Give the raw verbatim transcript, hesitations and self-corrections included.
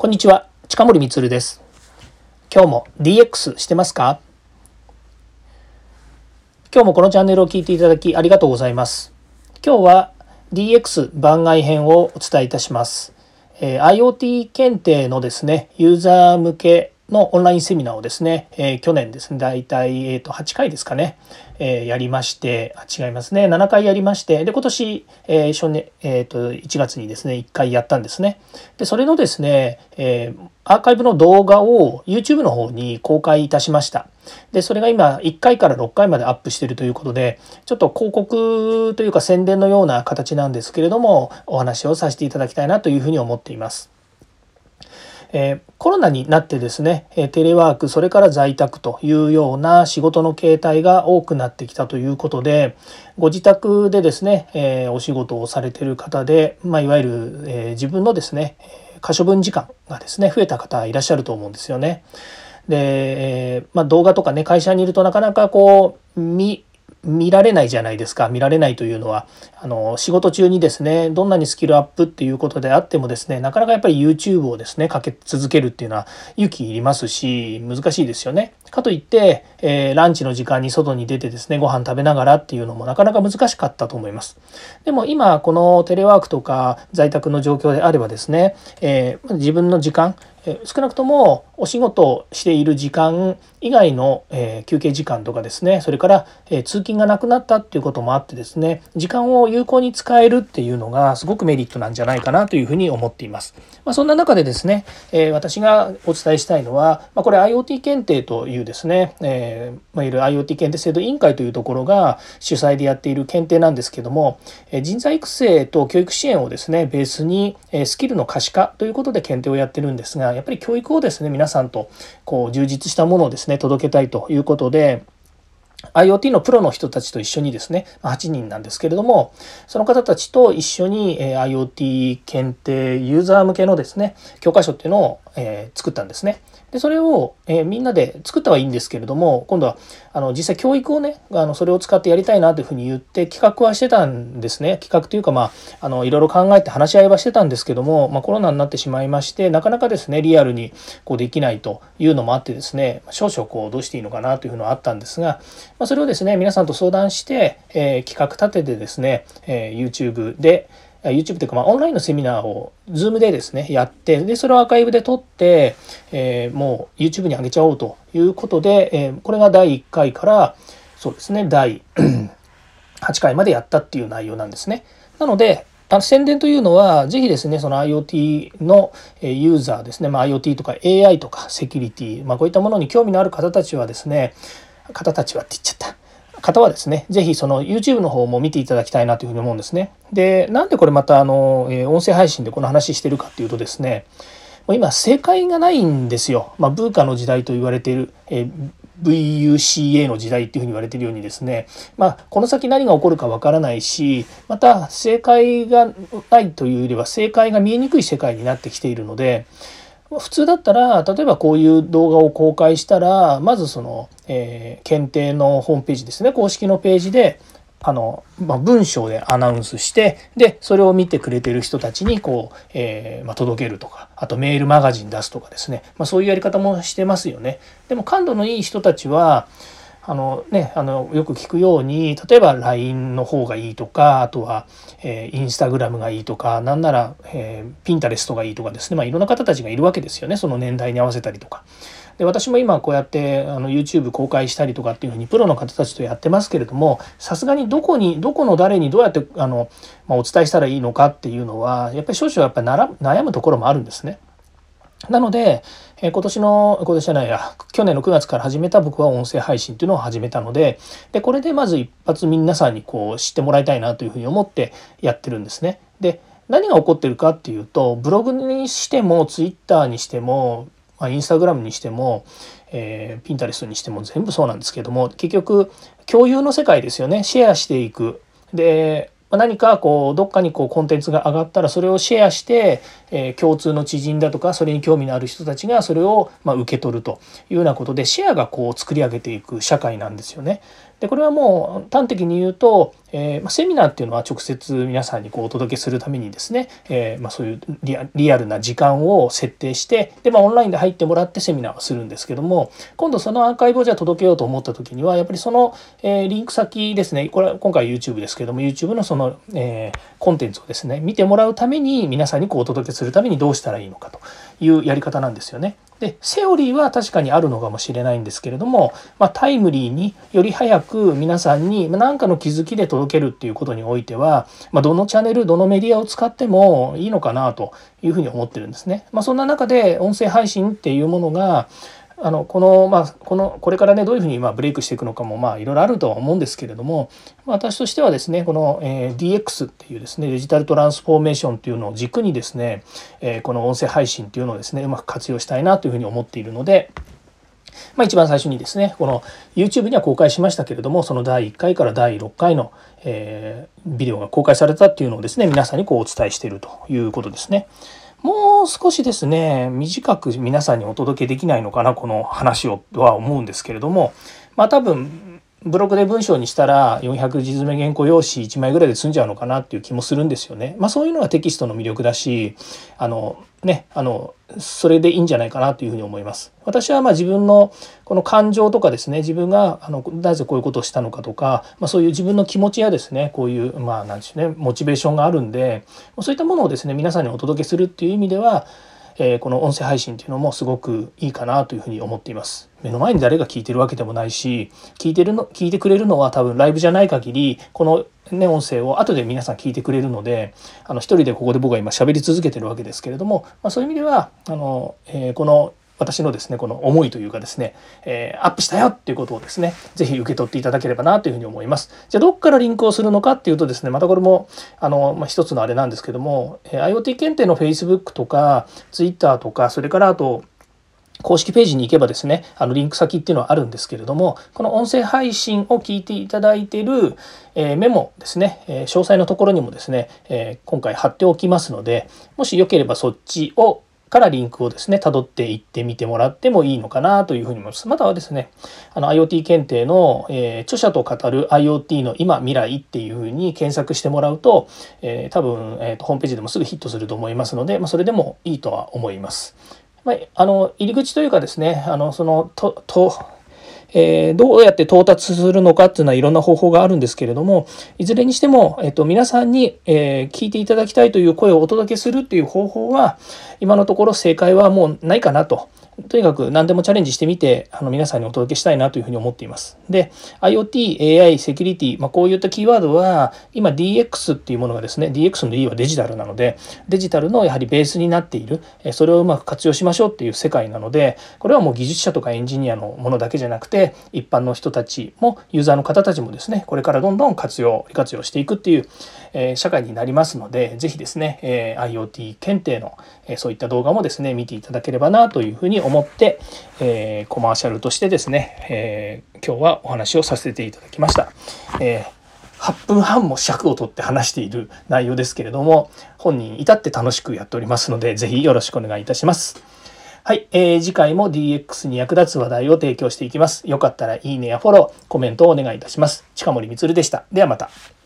こんにちは、近森光です。今日も ディーエックス してますか？今日もこのチャンネルを聞いていただきありがとうございます。今日は ディーエックス 番外編をお伝えいたします。えー、IoT 検定のですね、ユーザー向けのオンラインセミナーをですね、えー、去年ですね、だいたい、えー、とはちかいですかね、えー、やりまして、違いますね、ななかいやりまして、で、今年、えー初年えー、といちがつにですね、いっかいやったんですね。で、それのですね、えーアーカイブの動画を YouTube の方に公開いたしました。で、それが今いっかいからろっかいまでアップしているということで、ちょっと広告というか宣伝のような形なんですけれども、お話をさせていただきたいなというふうに思っています。えー、コロナになってですね、テレワーク、それから在宅というような仕事の形態が多くなってきたということで、ご自宅でですね、えー、お仕事をされている方で、まあ、いわゆる、えー、自分のですね、可処分時間がですね、増えた方いらっしゃると思うんですよね。で、えーまあ、動画とかね、会社にいるとなかなかこう見見られないじゃないですか。見られないというのは、あの仕事中にですね、どんなにスキルアップっていうことであってもですね、なかなかやっぱり YouTube をですね、かけ続けるっていうのは勇気いりますし、難しいですよね。かといって、えー、ランチの時間に外に出てですね、ご飯食べながらっていうのもなかなか難しかったと思います。でも今、このテレワークとか在宅の状況であればですね、えー、自分の時間、少なくともお仕事をしている時間以外の休憩時間とかですね、それから通勤がなくなったっていうこともあってですね、時間を有効に使えるっていうのがすごくメリットなんじゃないかなというふうに思っています。まあ、そんな中でですね、私がお伝えしたいのは、これ IoT 検定というですね、えー、いわゆる IoT 検定制度委員会というところが主催でやっている検定なんですけども、人材育成と教育支援をですね、ベースにスキルの可視化ということで検定をやってるんですが、やっぱり教育をですね、皆さんとこう充実したものをですね、届けたいということで、IoT のプロの人たちと一緒にですね、はちにんなんですけれども、その方たちと一緒に IoT 検定ユーザー向けのですね、教科書っていうのを作ったんですね。で、それをみんなで作ったはいいんですけれども、今度はあの実際教育をね、あのそれを使ってやりたいなというふうに言って企画はしてたんですね。企画というか、まあ、あのいろいろ考えて話し合いはしてたんですけども、まあ、コロナになってしまいまして、なかなかですね、リアルにこうできないというのもあってですね、少々こうどうしていいのかなというのはあったんですが、まあ、それをですね、皆さんと相談して、えー、企画立ててですね、えー、YouTube でYouTube というか、まあ、オンラインのセミナーを Zoom でですね、やって、で、それをアーカイブで撮って、えー、もう YouTube に上げちゃおうということで、えー、これがだいいっかいから、そうですね、だいはちかいまでやったっていう内容なんですね。なので、あの宣伝というのは、ぜひですね、その IoT のユーザーですね、まあ、IoT とか エーアイ とかセキュリティ、まあ、こういったものに興味のある方たちはですね、方たちはって言っちゃった。方はですね、ぜひその YouTube の方も見ていただきたいなというふうに思うんですね。で、なんでこれまたあの、音声配信でこの話してるかっていうとですね、もう今正解がないんですよ。まあ、ブーカの時代と言われている、え ブイユーシーエー の時代っていうふうに言われているようにですね、まあ、この先何が起こるかわからないし、また正解がないというよりは正解が見えにくい世界になってきているので、普通だったら例えばこういう動画を公開したら、まずその、えー、検定のホームページですね、公式のページであの、まあ、文章でアナウンスして、でそれを見てくれてる人たちにこう、えーまあ、届けるとか、あとメールマガジン出すとかですね、まあ、そういうやり方もしてますよね。でも感度のいい人たちはあのね、あのよく聞くように、例えば ライン の方がいいとか、あとは、えー、インスタグラムがいいとか、なんなら、えー、ピンタレストがいいとかですね、まあ、いろんな方たちがいるわけですよね、その年代に合わせたりとか。で、私も今こうやってあの YouTube 公開したりとかっていうふうにプロの方たちとやってますけれども、さすがにどこにどこの誰にどうやってあの、まあ、お伝えしたらいいのかっていうのはやっぱり少々やっぱり悩むところもあるんですね。なので、えー、今年の今年じゃないや去年のくがつから始めた僕は音声配信っていうのを始めたので、でこれでまず一発皆さんにこう知ってもらいたいなというふうに思ってやってるんですね。で、何が起こってるかっていうと、ブログにしてもツイッターにしても、まあ、インスタグラムにしても、えー、ピンタレストにしても全部そうなんですけども、結局共有の世界ですよね。シェアしていく。で何かこうどっかにこうコンテンツが上がったらそれをシェアして、えー、共通の知人だとかそれに興味のある人たちがそれをまあ受け取るというようなことでシェアがこう作り上げていく社会なんですよね。 でこれはもう端的に言うと、えーまあ、セミナーっていうのは直接皆さんにこうお届けするためにですね、えーまあ、そういうリア、リアルな時間を設定してで、まあ、オンラインで入ってもらってセミナーをするんですけども、今度そのアーカイブをじゃあ届けようと思った時にはやっぱりその、えー、リンク先ですね、これは今回 YouTube ですけども YouTube のその、えー、コンテンツをですね見てもらうために皆さんにこうお届けするためにどうしたらいいのかというやり方なんですよね。でセオリーは確かにあるのかもしれないんですけれども、まあ、タイムリーにより早く皆さんに何かの気づきで届けるっていうことにおいては、まあ、どのチャンネルどのメディアを使ってもいいのかなというふうに思ってるんですね。まあ、そんな中で音声配信っていうものがあのこのまあこのこれからねどういうふうにまあブレイクしていくのかもまあいろいろあるとは思うんですけれども、私としてはですねこの ディーエックス っていうですねデジタルトランスフォーメーションっていうのを軸にですねこの音声配信っていうのをですねうまく活用したいなというふうに思っているので、まあ、一番最初にですねこの YouTube には公開しましたけれども、そのだいいっかいからだいろっかいの、えー、ビデオが公開されたっていうのをですね皆さんにこうお伝えしているということですね。もう少しですね短く皆さんにお届けできないのかなこの話をとは思うんですけれども、まあ多分ブログで文章にしたらよんひゃくじ詰め原稿用紙いちまいぐらいで済んじゃうのかなっていう気もするんですよね。まあそういうのがテキストの魅力だし、あのねあのそれでいいんじゃないかなというふうに思います。私はまあ自分のこの感情とかですね、自分があのなぜこういうことをしたのかとか、まあ、そういう自分の気持ちやですねこういうまあなんでしょうねモチベーションがあるんで、そういったものをですね皆さんにお届けするっていう意味では、えー、この音声配信っていうのもすごくいいかなというふうに思っています。目の前に誰が聞いてるわけでもないし、聞いてるの聞いてくれるのは多分ライブじゃない限りこのね音声を後で皆さん聞いてくれるので、あの一人でここで僕は今喋り続けてるわけですけれども、まあ、そういう意味ではあの、えー、この私のですねこの思いというかですね、えー、アップしたよっていうことをですねぜひ受け取っていただければなというふうに思います。じゃあどっからリンクをするのかっていうとですね、またこれもあの、まあ、一つのあれなんですけども、えー、IoT 検定の Facebook とか Twitter とか、それからあと公式ページに行けばですねあのリンク先っていうのはあるんですけれども、この音声配信を聞いていただいている、えー、メモですね、えー、詳細のところにもですね、えー、今回貼っておきますので、もしよければそっちをからリンクをですね辿っていってみてもらってもいいのかなというふうに思います。またはですねあの IoT 検定の、えー、著者と語る IoT の今未来っていうふうに検索してもらうと、えー、多分、えーと、ホームページでもすぐヒットすると思いますので、まあ、それでもいいとは思います。まあ、あの入り口というかですねあのそのととえー、どうやって到達するのかっていうのはいろんな方法があるんですけれども、いずれにしても、えっと、皆さんに、えー、聞いていただきたいという声をお届けするっていう方法は今のところ正解はもうないかなと。とにかく何でもチャレンジしてみてあの皆さんにお届けしたいなというふうに思っています。で IoT、エーアイ、セキュリティ、まあ、こういったキーワードは今 ディーエックス っていうものがですね ディーエックス の D はデジタルなのでデジタルのやはりベースになっている、それをうまく活用しましょうっていう世界なので、これはもう技術者とかエンジニアのものだけじゃなくて一般の人たちもユーザーの方たちもですねこれからどんどん活用利活用していくっていう、えー、社会になりますので、ぜひですね、えー、IoT 検定の、えー、そういった動画もですね見ていただければなというふうに思って、えー、コマーシャルとしてですね、えー、今日はお話をさせていただきました。えーはっぷんはんも尺を取って話している内容ですけれども、本人至って楽しくやっておりますので、ぜひよろしくお願いいたします。はい、えー、次回も ディーエックス に役立つ話題を提供していきます。よかったらいいねやフォロー、コメントをお願いいたします。近森光でした。ではまた。